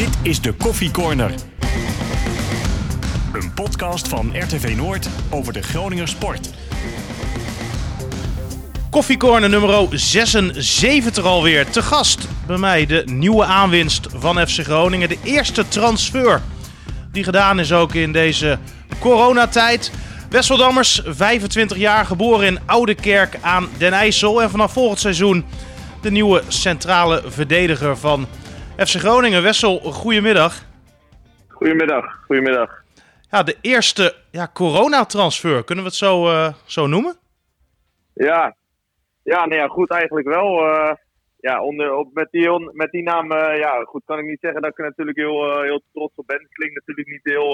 Dit is de Koffie Corner. Een podcast van RTV Noord over de Groninger sport. Koffie Corner nummer 76 alweer. Te gast bij mij de nieuwe aanwinst van FC Groningen. De eerste transfer die gedaan is ook in deze coronatijd. Wessel Dammers, 25 jaar, geboren in Oudekerk aan Den IJssel. En vanaf volgend seizoen de nieuwe centrale verdediger van FC Groningen. Wessel, goedemiddag. Goedemiddag. Ja, de eerste coronatransfer, kunnen we het zo noemen? Ja, goed eigenlijk wel. Met die naam goed, kan ik niet zeggen dat ik er natuurlijk heel trots op ben. Het klinkt natuurlijk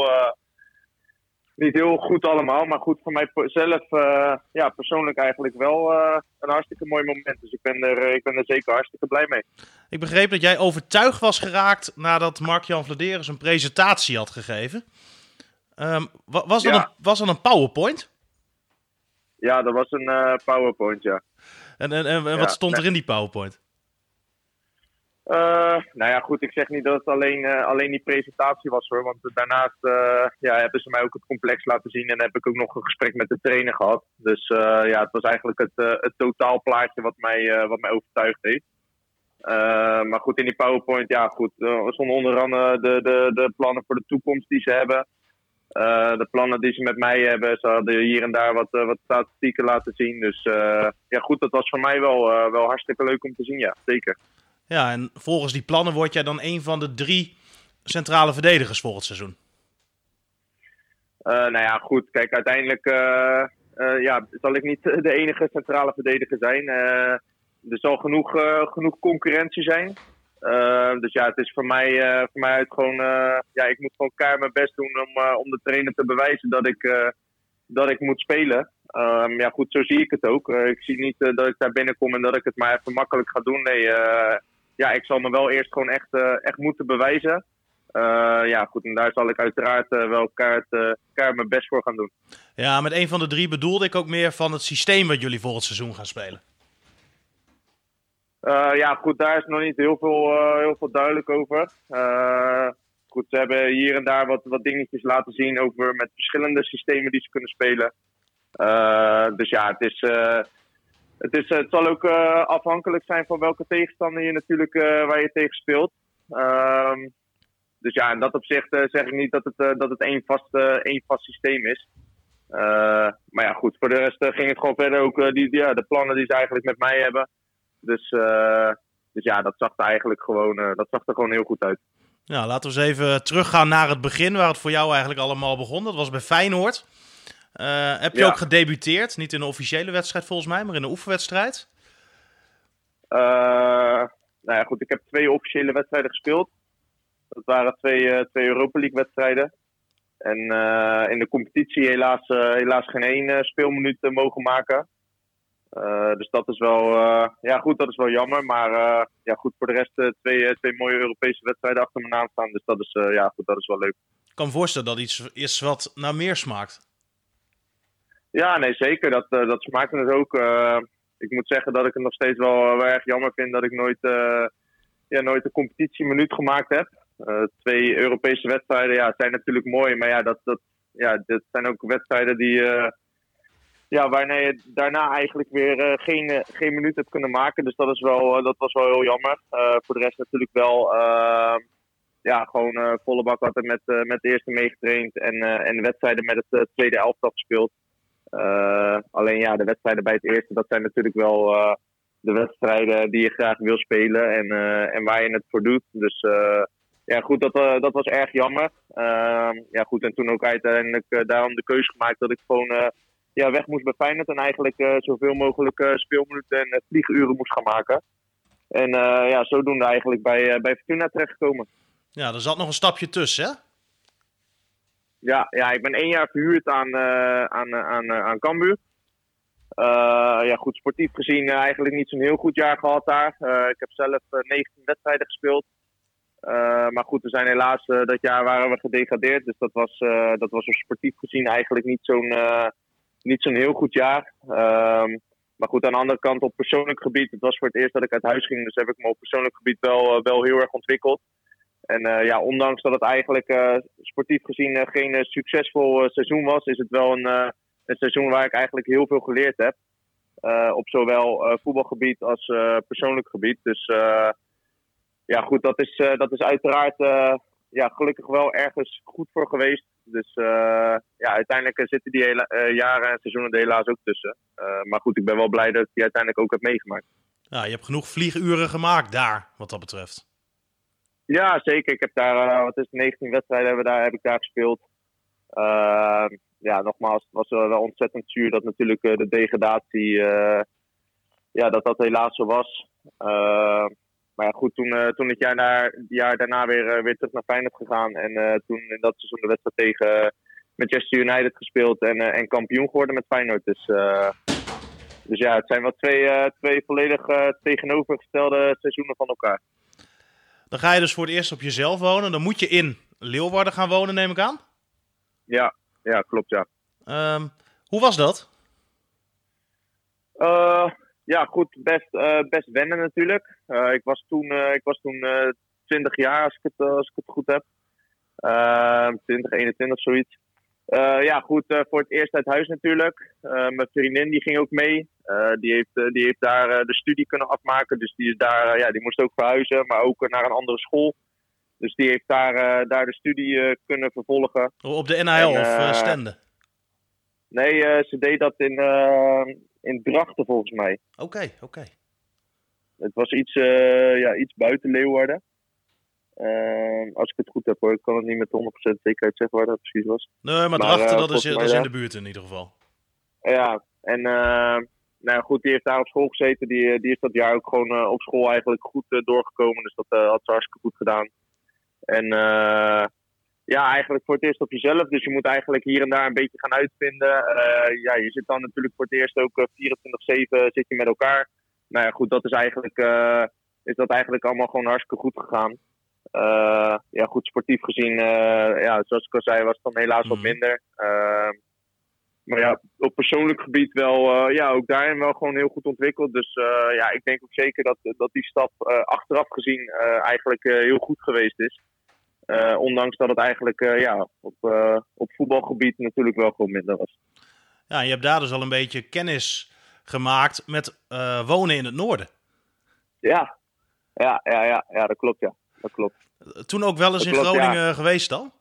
niet heel goed allemaal. Maar goed, voor mij zelf persoonlijk eigenlijk wel een hartstikke mooi moment. Dus ik ben er zeker hartstikke blij mee. Ik begreep dat jij overtuigd was geraakt nadat Mark-Jan Vladeres een presentatie had gegeven. Was dat een PowerPoint? Ja, dat was een PowerPoint, ja. En wat stond er in die PowerPoint? Goed, ik zeg niet dat het alleen die presentatie was hoor. Want daarnaast hebben ze mij ook het complex laten zien. En heb ik ook nog een gesprek met de trainer gehad. Dus het was eigenlijk het totaalplaatje wat mij overtuigd heeft. Maar goed, in die PowerPoint, er stonden onder andere de plannen voor de toekomst die ze hebben. De plannen die ze met mij hebben. Ze hadden hier en daar wat statistieken laten zien. Dus dat was voor mij wel hartstikke leuk om te zien, ja, zeker. Ja, en volgens die plannen word jij dan een van de 3 centrale verdedigers volgend seizoen. Goed. Kijk, uiteindelijk zal ik niet de enige centrale verdediger zijn. Er zal genoeg concurrentie zijn. Dus het is voor mij uit gewoon... ik moet gewoon keihard mijn best doen om de trainer te bewijzen dat ik moet spelen. Zo zie ik het ook. Ik zie niet dat ik daar binnenkom en dat ik het maar even makkelijk ga doen. Nee, ik zal me wel eerst gewoon echt moeten bewijzen. En daar zal ik uiteraard wel keihard mijn best voor gaan doen. Ja, met een van de 3 bedoelde ik ook meer van het systeem wat jullie volgend seizoen gaan spelen. Daar is nog niet heel veel duidelijk over. Ze hebben hier en daar wat dingetjes laten zien over met verschillende systemen die ze kunnen spelen. Het zal ook afhankelijk zijn van welke tegenstander je natuurlijk waar je tegen speelt. In dat opzicht zeg ik niet dat het één vast systeem is. Voor de rest ging het gewoon verder ook de plannen die ze eigenlijk met mij hebben. Dus dat zag er eigenlijk gewoon heel goed uit. Nou, laten we eens even teruggaan naar het begin, waar het voor jou eigenlijk allemaal begon. Dat was bij Feyenoord. Heb je ook gedebuteerd? Niet in een officiële wedstrijd volgens mij, maar in een oefenwedstrijd? Ik heb 2 officiële wedstrijden gespeeld. Dat waren 2 Europa League wedstrijden. En in de competitie helaas geen 1 speelminuut mogen maken. Dus dat is wel, dat is wel jammer. Maar voor de rest 2 mooie Europese wedstrijden achter me naam staan. Dus dat is, dat is wel leuk. Ik kan me voorstellen dat iets is wat naar meer smaakt. Ja, nee, zeker. Dat smaakt het ook. Ik moet zeggen dat ik het nog steeds wel erg jammer vind dat ik nooit een competitieminuut gemaakt heb. 2 Europese wedstrijden zijn natuurlijk mooi. Maar dat zijn ook wedstrijden die... waarna je daarna eigenlijk weer geen minuut hebt kunnen maken. Dus dat was wel heel jammer. Voor de rest natuurlijk wel gewoon volle bak altijd met de eerste meegetraind. En de wedstrijden met het tweede elftal gespeeld. Alleen de wedstrijden bij het eerste, dat zijn natuurlijk wel de wedstrijden die je graag wil spelen. En waar je het voor doet. Dus dat was erg jammer. En toen ook uiteindelijk daarom de keuze gemaakt dat ik gewoon... weg moest bij Feyenoord en eigenlijk zoveel mogelijk speelminuten en vlieguren moest gaan maken. En zodoende eigenlijk bij Fortuna terechtgekomen. Ja, er zat nog een stapje tussen, hè? Ja, ik ben 1 jaar verhuurd aan Cambuur. Sportief gezien eigenlijk niet zo'n heel goed jaar gehad daar. Ik heb zelf 19 wedstrijden gespeeld. Maar goed, we zijn helaas dat jaar waren we gedegradeerd. Dus dat was sportief gezien eigenlijk niet zo'n heel goed jaar. Maar goed, aan de andere kant op persoonlijk gebied. Het was voor het eerst dat ik uit huis ging. Dus heb ik me op persoonlijk gebied wel heel erg ontwikkeld. En ondanks dat het eigenlijk sportief gezien geen succesvol seizoen was, is het wel een seizoen waar ik eigenlijk heel veel geleerd heb. Op zowel voetbalgebied als persoonlijk gebied. Dus goed, dat is uiteraard gelukkig wel ergens goed voor geweest. Dus uiteindelijk zitten die jaren en seizoenen er helaas ook tussen. Maar goed, ik ben wel blij dat ik die uiteindelijk ook heb meegemaakt. Ja, je hebt genoeg vlieguren gemaakt daar, wat dat betreft. Ja, zeker. Ik heb daar, 19 wedstrijden heb ik daar gespeeld. Nogmaals, het was wel ontzettend zuur dat natuurlijk de degradatie, dat helaas zo was. Maar ja, goed, toen het jaar daarna weer terug naar Feyenoord gegaan. En toen in dat seizoen de wedstrijd tegen Manchester United gespeeld en kampioen geworden met Feyenoord. Dus het zijn wel twee volledig tegenovergestelde seizoenen van elkaar. Dan ga je dus voor het eerst op jezelf wonen. Dan moet je in Leeuwarden gaan wonen, neem ik aan? Ja, klopt, ja. Hoe was dat? Goed, best wennen natuurlijk. Ik was toen 20 jaar, als ik het goed heb. 20, 21, zoiets. Voor het eerst uit huis natuurlijk. Mijn vriendin die ging ook mee. Die heeft daar de studie kunnen afmaken. Dus die is daar, die moest ook verhuizen, maar ook naar een andere school. Dus die heeft daar de studie kunnen vervolgen. Op de NHL of Stende? Nee, ze deed dat in Drachten volgens mij. Oké. Het was iets buiten Leeuwarden. Als ik het goed heb hoor. Ik kan het niet met 100% zekerheid zeggen waar dat precies was. Nee, maar Drachten, dat is in de buurt in ieder geval. Ja, en goed, die heeft daar op school gezeten. Die is dat jaar ook gewoon op school eigenlijk goed doorgekomen. Dus dat had ze hartstikke goed gedaan. En eigenlijk voor het eerst op jezelf. Dus je moet eigenlijk hier en daar een beetje gaan uitvinden. Je zit dan natuurlijk voor het eerst ook 24/7 zit je met elkaar. Nou ja, goed, dat is eigenlijk allemaal gewoon hartstikke goed gegaan. Goed, sportief gezien, zoals ik al zei, was het dan helaas wat minder. Maar ja, op persoonlijk gebied wel, ook daarin wel gewoon heel goed ontwikkeld. Dus ik denk ook zeker dat die stap achteraf gezien eigenlijk heel goed geweest is. Ondanks dat het eigenlijk op voetbalgebied natuurlijk wel gewoon minder was. Ja, je hebt daar dus al een beetje kennis gemaakt met wonen in het noorden. Ja, dat klopt, ja. Dat klopt. Toen ook wel eens in Groningen geweest dan?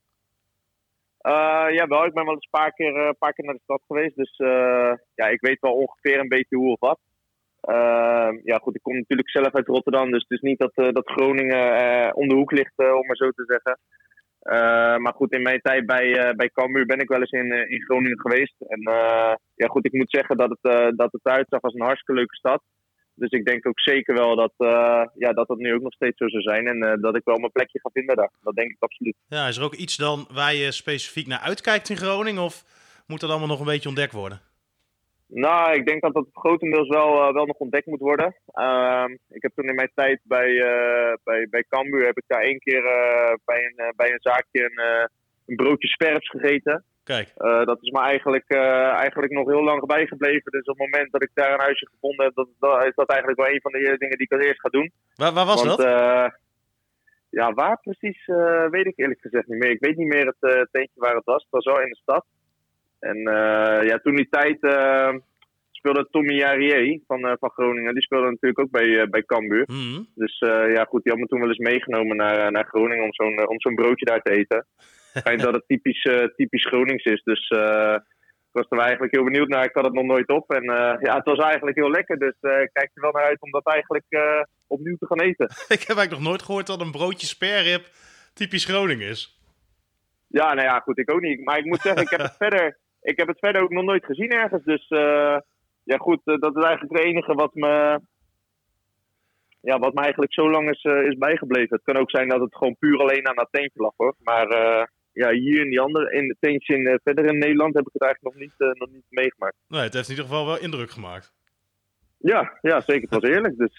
Jawel, ik ben wel eens een paar keer naar de stad geweest. Dus ik weet wel ongeveer een beetje hoe of wat. Goed, ik kom natuurlijk zelf uit Rotterdam. Dus het is niet dat Groningen om de hoek ligt, om maar zo te zeggen. Maar goed, in mijn tijd bij Cambuur ben ik wel eens in Groningen geweest. En goed, ik moet zeggen dat het eruit zag als een hartstikke leuke stad. Dus ik denk ook zeker wel dat nu ook nog steeds zo zou zijn. En dat ik wel mijn plekje ga vinden daar. Dat denk ik absoluut. Ja, is er ook iets dan waar je specifiek naar uitkijkt in Groningen? Of moet dat allemaal nog een beetje ontdekt worden? Nou, ik denk dat dat grotendeels wel nog ontdekt moet worden. Ik heb toen in mijn tijd bij Cambuur heb ik daar 1 keer bij een zaakje een broodje sperps gegeten. Kijk. Dat is me eigenlijk nog heel lang bijgebleven. Dus op het moment dat ik daar een huisje gevonden heb, is dat eigenlijk wel een van de dingen die ik als eerst ga doen. Waar was dat? Waar precies weet ik eerlijk gezegd niet meer. Ik weet niet meer het tentje waar het was. Het was wel in de stad. En toen die tijd speelde Tommy Jarier van Groningen. Die speelde natuurlijk ook bij Cambuur. Mm-hmm. Dus goed, die had me toen wel eens meegenomen naar Groningen om zo'n broodje daar te eten. Schijnt dat het typisch Gronings is. Dus ik was er eigenlijk heel benieuwd naar. Ik had het nog nooit op. En het was eigenlijk heel lekker. Dus ik kijk er wel naar uit om dat eigenlijk opnieuw te gaan eten. Ik heb eigenlijk nog nooit gehoord dat een broodje sperrib typisch Groningen is. Ja, nou ja, goed, ik ook niet. Maar ik moet zeggen, ik heb het verder ook nog nooit gezien ergens. Dus goed, dat is eigenlijk het enige wat me eigenlijk zo lang is bijgebleven. Het kan ook zijn dat het gewoon puur alleen aan dat tentje lag, hoor. Maar hier in die andere, in het tentje verder in Nederland heb ik het eigenlijk nog niet meegemaakt. Nee, het heeft in ieder geval wel indruk gemaakt. Ja, zeker. Het was eerlijk. Dus,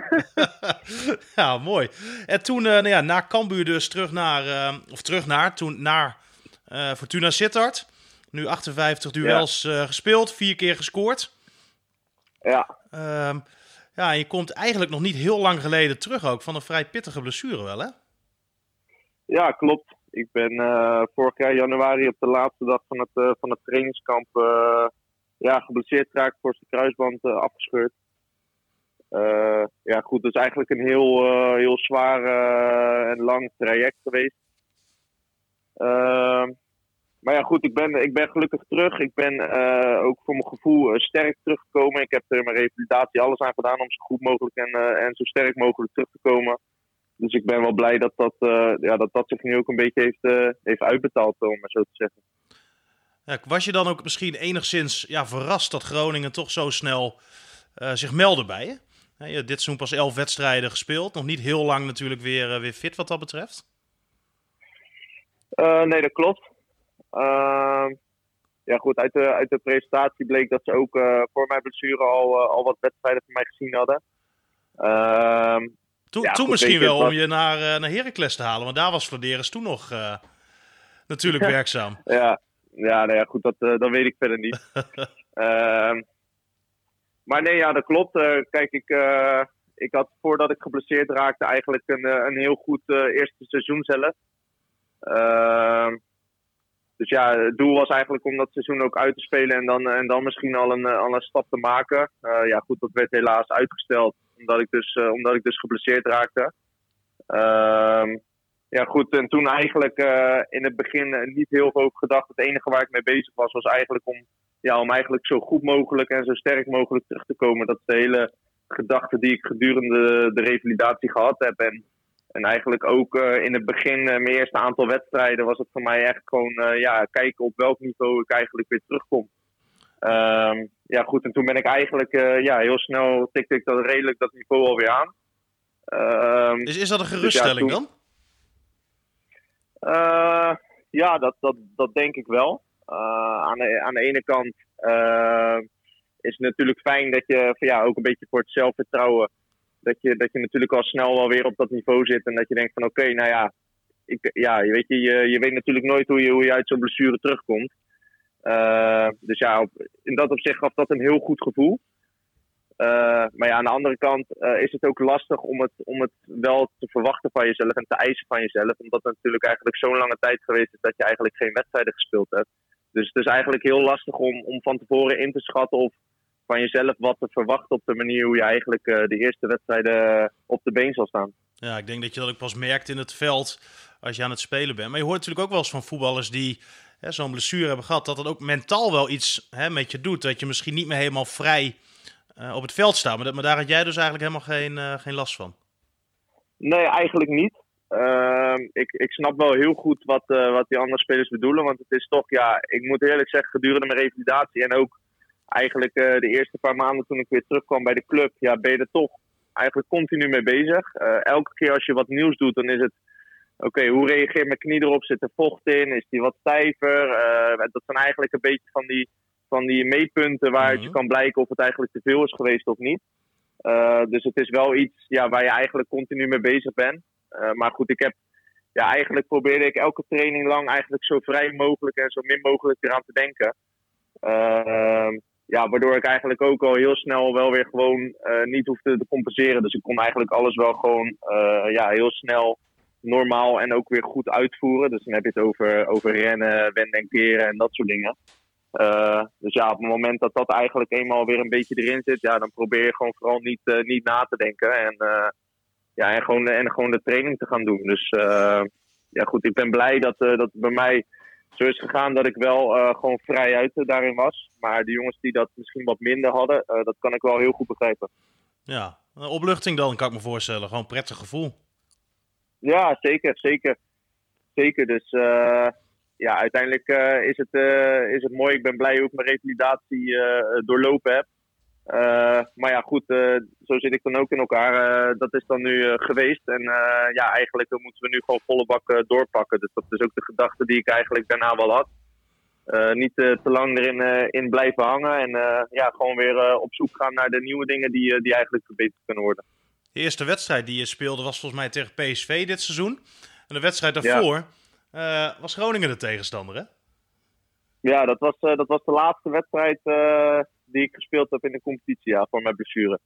Ja, mooi. En toen na Cambuur dus naar Fortuna Sittard. Nu 58 duels gespeeld, 4 keer gescoord. Ja. En je komt eigenlijk nog niet heel lang geleden terug ook van een vrij pittige blessure wel, hè? Ja, klopt. Ik ben vorig jaar januari op de laatste dag van het trainingskamp geblesseerd geraakt, voor zijn kruisband afgescheurd. Ja, goed, dat is eigenlijk een heel zwaar en lang traject geweest. Maar ja, goed, ik ben gelukkig terug. Ik ben ook voor mijn gevoel sterk teruggekomen. Ik heb er in mijn revalidatie alles aan gedaan om zo goed mogelijk en zo sterk mogelijk terug te komen. Dus ik ben wel blij dat zich nu ook een beetje heeft uitbetaald, om maar zo te zeggen. Ja, was je dan ook misschien enigszins verrast dat Groningen toch zo snel zich meldde bij je? Je hebt dit seizoen pas 11 wedstrijden gespeeld. Nog niet heel lang natuurlijk weer fit wat dat betreft. Nee, dat klopt. Ja goed, uit de presentatie bleek dat ze ook voor mijn blessure al wat wedstrijden van mij gezien hadden. Toen misschien wel om je naar Heracles te halen. Want daar was Vladeris toen nog natuurlijk werkzaam. Ja, goed, dat weet ik verder niet. Maar nee, ja, dat klopt. Kijk, ik had voordat ik geblesseerd raakte eigenlijk een heel goed eerste seizoen zelf. Dus ja, het doel was eigenlijk om dat seizoen ook uit te spelen en dan misschien al een stap te maken. Ja goed, dat werd helaas uitgesteld omdat ik dus geblesseerd raakte. Ja goed, en toen eigenlijk in het begin niet heel veel over gedacht. Het enige waar ik mee bezig was eigenlijk om eigenlijk zo goed mogelijk en zo sterk mogelijk terug te komen. Dat is de hele gedachte die ik gedurende de revalidatie gehad heb. En eigenlijk ook in het begin, mijn eerste aantal wedstrijden, was het voor mij echt gewoon kijken op welk niveau ik eigenlijk weer terugkom. Ja goed, en toen ben ik eigenlijk heel snel tikte ik redelijk dat niveau alweer aan. Is dat een geruststelling dan? Ja, dat denk ik wel. Aan de ene kant is het natuurlijk fijn dat je ook een beetje voor het zelfvertrouwen, dat je natuurlijk al snel wel weer op dat niveau zit en dat je denkt van oké, je weet natuurlijk nooit hoe je uit zo'n blessure terugkomt. Dus ja, in dat opzicht gaf dat een heel goed gevoel. Maar ja, aan de andere kant is het ook lastig om het wel te verwachten van jezelf en te eisen van jezelf. Omdat het natuurlijk eigenlijk zo'n lange tijd geweest is dat je eigenlijk geen wedstrijden gespeeld hebt. Dus het is eigenlijk heel lastig om van tevoren in te schatten of van jezelf wat te verwachten op de manier hoe je eigenlijk de eerste wedstrijden op de been zal staan. Ja, ik denk dat je dat ook pas merkt in het veld als je aan het spelen bent. Maar je hoort natuurlijk ook wel eens van voetballers die zo'n blessure hebben gehad, dat dat ook mentaal wel iets met je doet. Dat je misschien niet meer helemaal vrij op het veld staat. Maar daar had jij dus eigenlijk helemaal geen last van. Nee, eigenlijk niet. Ik snap wel heel goed wat die andere spelers bedoelen. Want het is toch, ik moet eerlijk zeggen, gedurende mijn revalidatie en ook eigenlijk de eerste paar maanden toen ik weer terugkwam bij de club, ben je er toch eigenlijk continu mee bezig. Elke keer als je wat nieuws doet, dan is het oké, hoe reageert mijn knie erop? Zit er vocht in? Is die wat stijver? Dat zijn eigenlijk een beetje van die meetpunten waaruit je kan blijken of het eigenlijk te veel is geweest of niet. Dus het is wel iets waar je eigenlijk continu mee bezig bent. Maar goed, eigenlijk probeerde ik elke training lang eigenlijk zo vrij mogelijk en zo min mogelijk eraan te denken. Waardoor ik eigenlijk ook al heel snel wel weer gewoon niet hoefde te compenseren. Dus ik kon eigenlijk alles wel gewoon heel snel normaal en ook weer goed uitvoeren. Dus dan heb je het over rennen, wenden en keren en dat soort dingen. Dus op het moment dat dat eigenlijk eenmaal weer een beetje erin zit, dan probeer je gewoon vooral niet na te denken. En gewoon de training te gaan doen. Dus goed, ik ben blij dat het bij mij zo is gegaan dat ik wel gewoon vrijuit daarin was. Maar de jongens die dat misschien wat minder hadden, dat kan ik wel heel goed begrijpen. Ja, een opluchting dan, kan ik me voorstellen. Gewoon een prettig gevoel. Ja, zeker. Dus uiteindelijk is het mooi. Ik ben blij hoe ik mijn revalidatie doorlopen heb. Maar ja, goed, zo zit ik dan ook in elkaar. Dat is dan nu geweest. En eigenlijk moeten we nu gewoon volle bak doorpakken. Dus dat is ook de gedachte die ik eigenlijk daarna wel had. Niet te lang erin in blijven hangen. En gewoon weer op zoek gaan naar de nieuwe dingen die eigenlijk verbeterd kunnen worden. De eerste wedstrijd die je speelde was volgens mij tegen PSV dit seizoen. En de wedstrijd daarvoor was Groningen de tegenstander, hè? Ja, dat was de laatste wedstrijd die ik gespeeld heb in de competitie, voor mijn blessure.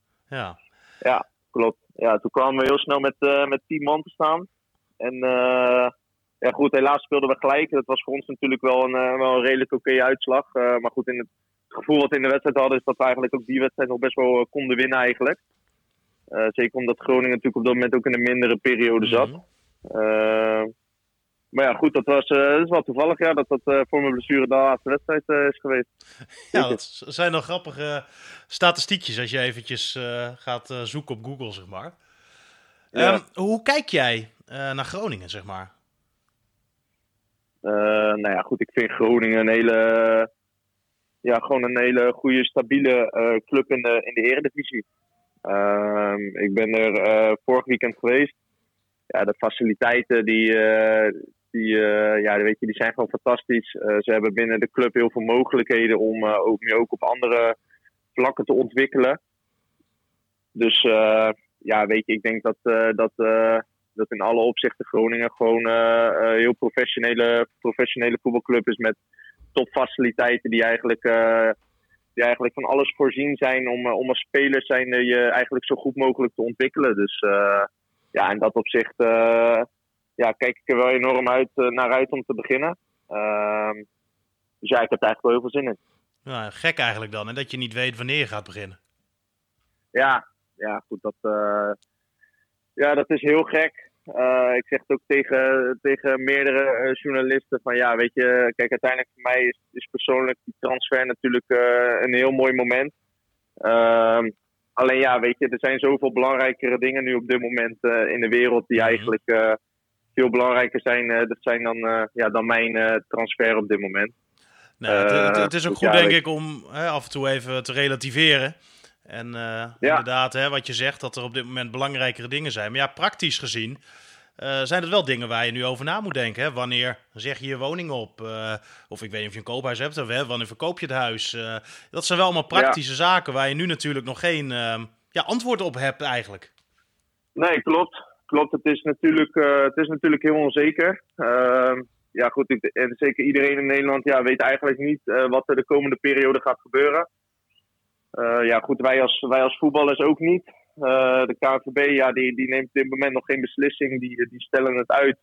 Ja, klopt. Ja, toen kwamen we heel snel met 10 man te staan. En Ja goed, helaas speelden we gelijk. Dat was voor ons natuurlijk wel een redelijk oké uitslag. Maar goed, in het gevoel wat we in de wedstrijd hadden, is dat we eigenlijk ook die wedstrijd nog best wel konden winnen eigenlijk. Zeker omdat Groningen natuurlijk op dat moment ook in een mindere periode zat. Maar ja, goed, dat is wel toevallig dat voor mijn blessure de laatste wedstrijd is geweest. Ja, dat zijn nog grappige statistiekjes als je eventjes gaat zoeken op Google, zeg maar. Ja. Hoe kijk jij naar Groningen, zeg maar? Nou ja, goed, ik vind Groningen gewoon een hele goede, stabiele club in de Eredivisie. Ik ben er vorig weekend geweest. Ja, de faciliteiten die zijn gewoon fantastisch. Ze hebben binnen de club heel veel mogelijkheden om ook op andere vlakken te ontwikkelen. Dus ik denk dat in alle opzichten Groningen gewoon een heel professionele voetbalclub is met topfaciliteiten die eigenlijk van alles voorzien zijn om als speler zijn je eigenlijk zo goed mogelijk te ontwikkelen. Dus in dat opzicht kijk ik er wel enorm naar uit om te beginnen. Dus ja, ik heb er eigenlijk wel heel veel zin in. Ja, gek eigenlijk dan, en dat je niet weet wanneer je gaat beginnen. Ja, goed, dat is heel gek. Ik zeg het ook tegen meerdere journalisten van weet je, kijk, uiteindelijk voor mij is persoonlijk die transfer natuurlijk een heel mooi moment. Alleen weet je, er zijn zoveel belangrijkere dingen nu op dit moment in de wereld die eigenlijk veel belangrijker zijn. Dat zijn dan mijn transfer op dit moment. Het is ook goed, denk ik, om af en toe even te relativeren. En inderdaad, wat je zegt, dat er op dit moment belangrijkere dingen zijn. Maar ja, praktisch gezien zijn het wel dingen waar je nu over na moet denken. Hè? Wanneer zeg je je woning op? Of ik weet niet of je een koophuis hebt. Of wanneer verkoop je het huis? Dat zijn wel allemaal praktische zaken waar je nu natuurlijk nog geen antwoord op hebt eigenlijk. Nee, klopt. Het is natuurlijk heel onzeker. En zeker iedereen in Nederland weet eigenlijk niet wat er de komende periode gaat gebeuren. Wij als voetballers ook niet. De KNVB die neemt op dit moment nog geen beslissing. Die stellen het uit.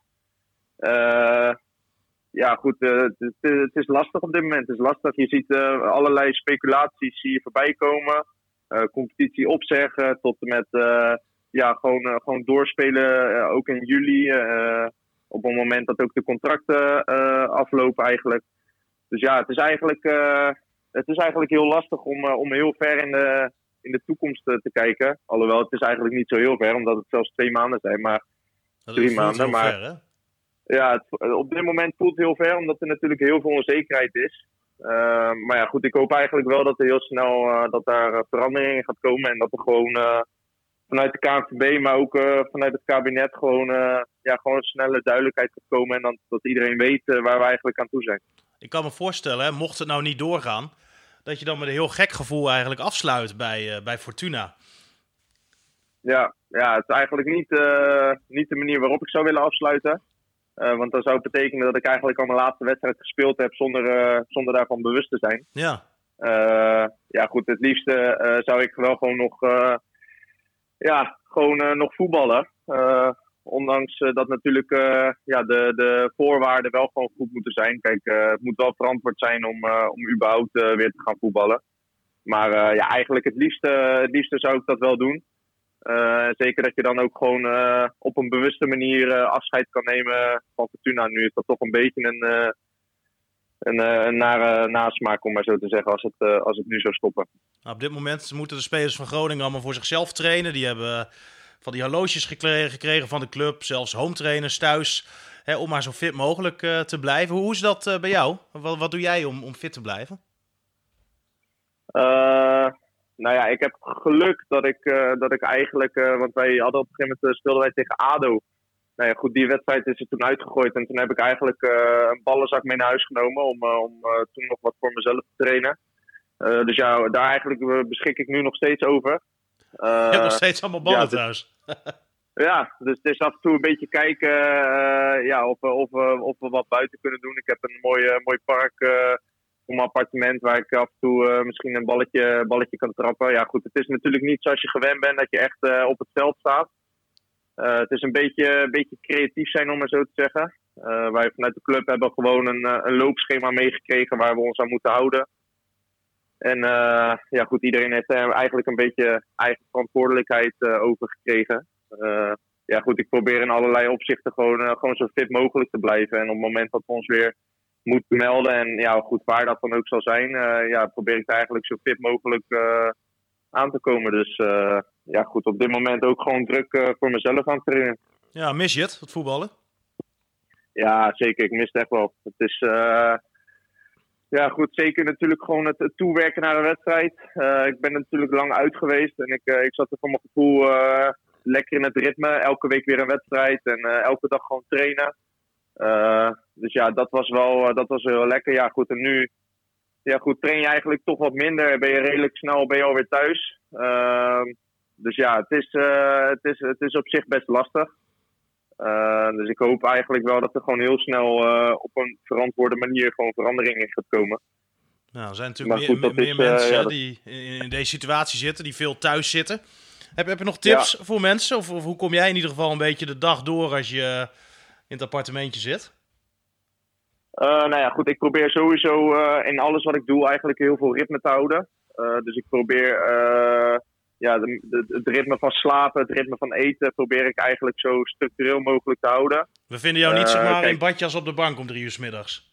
Het is lastig op dit moment. Het is lastig. Je ziet allerlei speculaties voorbij komen. Competitie opzeggen tot en met gewoon doorspelen. Ook in juli. Op het moment dat ook de contracten aflopen eigenlijk. Dus het is eigenlijk heel lastig om heel ver in de toekomst te kijken. Alhoewel, het is eigenlijk niet zo heel ver, omdat het zelfs 2 maanden zijn, maar 3 maanden. Maar ver, hè? Ja, op dit moment voelt het heel ver, omdat er natuurlijk heel veel onzekerheid is. Ik hoop eigenlijk wel dat er heel snel dat daar veranderingen gaat komen. En dat er gewoon vanuit de KNVB, maar ook vanuit het kabinet gewoon snelle duidelijkheid gaat komen. En dat iedereen weet waar we eigenlijk aan toe zijn. Ik kan me voorstellen, mocht het nou niet doorgaan, dat je dan met een heel gek gevoel eigenlijk afsluit bij Fortuna. Ja, het is eigenlijk niet de manier waarop ik zou willen afsluiten. Want dan zou het betekenen dat ik eigenlijk al mijn laatste wedstrijd gespeeld heb zonder daarvan bewust te zijn. Ja. Het liefste zou ik wel gewoon nog voetballen. Ondanks dat natuurlijk de voorwaarden wel gewoon goed moeten zijn. Kijk, het moet wel verantwoord zijn om überhaupt weer te gaan voetballen. Maar eigenlijk het liefste zou ik dat wel doen. Zeker dat je dan ook gewoon op een bewuste manier afscheid kan nemen van Fortuna. Nu is dat toch een beetje een nare nasmaak, om maar zo te zeggen, als het nu zou stoppen. Nou, op dit moment moeten de spelers van Groningen allemaal voor zichzelf trainen. Die hebben van die horloges gekregen van de club, zelfs home trainers thuis, om maar zo fit mogelijk te blijven. Hoe is dat bij jou? Wat doe jij om fit te blijven? Ik heb geluk dat ik eigenlijk, want wij hadden op een gegeven moment speelden wij tegen ADO. Nou ja, goed, die wedstrijd is er toen uitgegooid en toen heb ik eigenlijk een ballenzak mee naar huis genomen om toen nog wat voor mezelf te trainen. Dus daar eigenlijk beschik ik nu nog steeds over. Je hebt nog steeds allemaal ballen thuis. Ja, dus het is af en toe een beetje kijken of we wat buiten kunnen doen. Ik heb een mooi park voor mijn appartement waar ik af en toe misschien een balletje kan trappen. Ja goed, het is natuurlijk niet zoals je gewend bent dat je echt op het veld staat. Het is een beetje creatief zijn, om maar zo te zeggen. Wij vanuit de club hebben gewoon een loopschema meegekregen waar we ons aan moeten houden. En ja, goed, iedereen heeft er eigenlijk een beetje eigen verantwoordelijkheid over gekregen. Ja, goed, ik probeer in allerlei opzichten gewoon zo fit mogelijk te blijven. En op het moment dat we ons weer moeten melden, en ja, goed, waar dat dan ook zal zijn, ja, probeer ik eigenlijk zo fit mogelijk aan te komen. Dus ja, goed, op dit moment ook gewoon druk voor mezelf aan het trainen. Ja, mis je het voetballen? Ja, zeker. Ik mis het echt wel. Het is, ja, goed, zeker natuurlijk gewoon het toewerken naar een wedstrijd. Ik ben natuurlijk lang uit geweest en ik zat er voor mijn gevoel lekker in het ritme. Elke week weer een wedstrijd en elke dag gewoon trainen. Dus ja, dat was wel heel lekker. Ja, goed, en nu ja, goed, train je eigenlijk toch wat minder. Ben je redelijk snel alweer thuis. Dus ja, het is op zich best lastig. Dus ik hoop eigenlijk wel dat er gewoon heel snel op een verantwoorde manier gewoon verandering in gaat komen. Nou, er zijn natuurlijk meer mensen die in deze situatie zitten, die veel thuis zitten. Heb je nog tips voor mensen? Of hoe kom jij in ieder geval een beetje de dag door als je in het appartementje zit? Nou ja, goed, ik probeer sowieso in alles wat ik doe eigenlijk heel veel ritme te houden. Dus ik probeer ja, het ritme van slapen, het ritme van eten, probeer ik eigenlijk zo structureel mogelijk te houden. We vinden jou niet zomaar in badjas op de bank om 3 uur 's middags.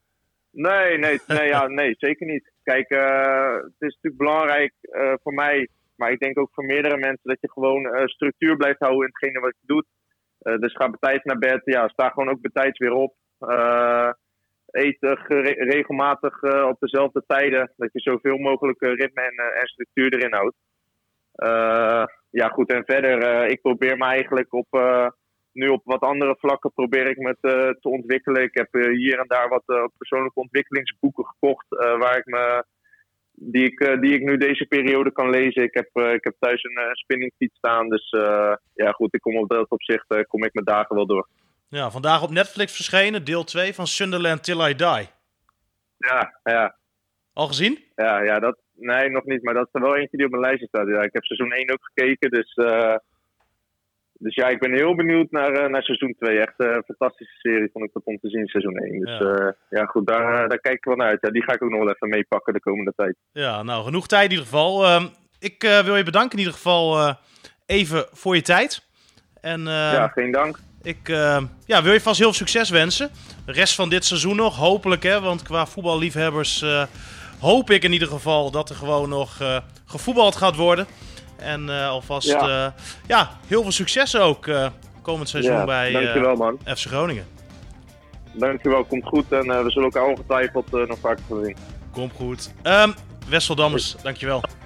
Nee, zeker niet. Kijk, het is natuurlijk belangrijk voor mij, maar ik denk ook voor meerdere mensen, dat je gewoon structuur blijft houden in hetgene wat je doet. Dus ga betijds naar bed, ja, sta gewoon ook betijds weer op. Eet regelmatig op dezelfde tijden, dat je zoveel mogelijk ritme en structuur erin houdt. Ja, goed, en verder, ik probeer me eigenlijk nu op wat andere vlakken probeer ik me te ontwikkelen. Ik heb hier en daar wat persoonlijke ontwikkelingsboeken gekocht, die ik nu deze periode kan lezen. Ik heb thuis een spinningfiets staan, dus ja, goed, ik kom op dat opzicht kom ik mijn dagen wel door. Ja, vandaag op Netflix verschenen, deel 2 van Sunderland Till I Die. Ja. Al gezien? Ja, nee, nog niet, maar dat is er wel eentje die op mijn lijstje staat. Ja, ik heb seizoen 1 ook gekeken, dus ja, ik ben heel benieuwd naar seizoen 2. Echt een fantastische serie vond ik dat om te zien, seizoen 1. Dus ja, goed, daar kijk ik wel naar uit. Ja, die ga ik ook nog wel even meepakken de komende tijd. Ja, nou, genoeg tijd in ieder geval. Ik wil je bedanken in ieder geval even voor je tijd. En, ja, geen dank. Ik wil je vast heel veel succes wensen. De rest van dit seizoen nog, hopelijk, hè, want qua voetballiefhebbers hoop ik in ieder geval dat er gewoon nog gevoetbald gaat worden. En alvast heel veel succes ook komend seizoen bij dankjewel, man. FC Groningen. Dankjewel, komt goed en we zullen elkaar ongetwijfeld nog vaker zien. Komt goed. Wessel Dammers, dankjewel.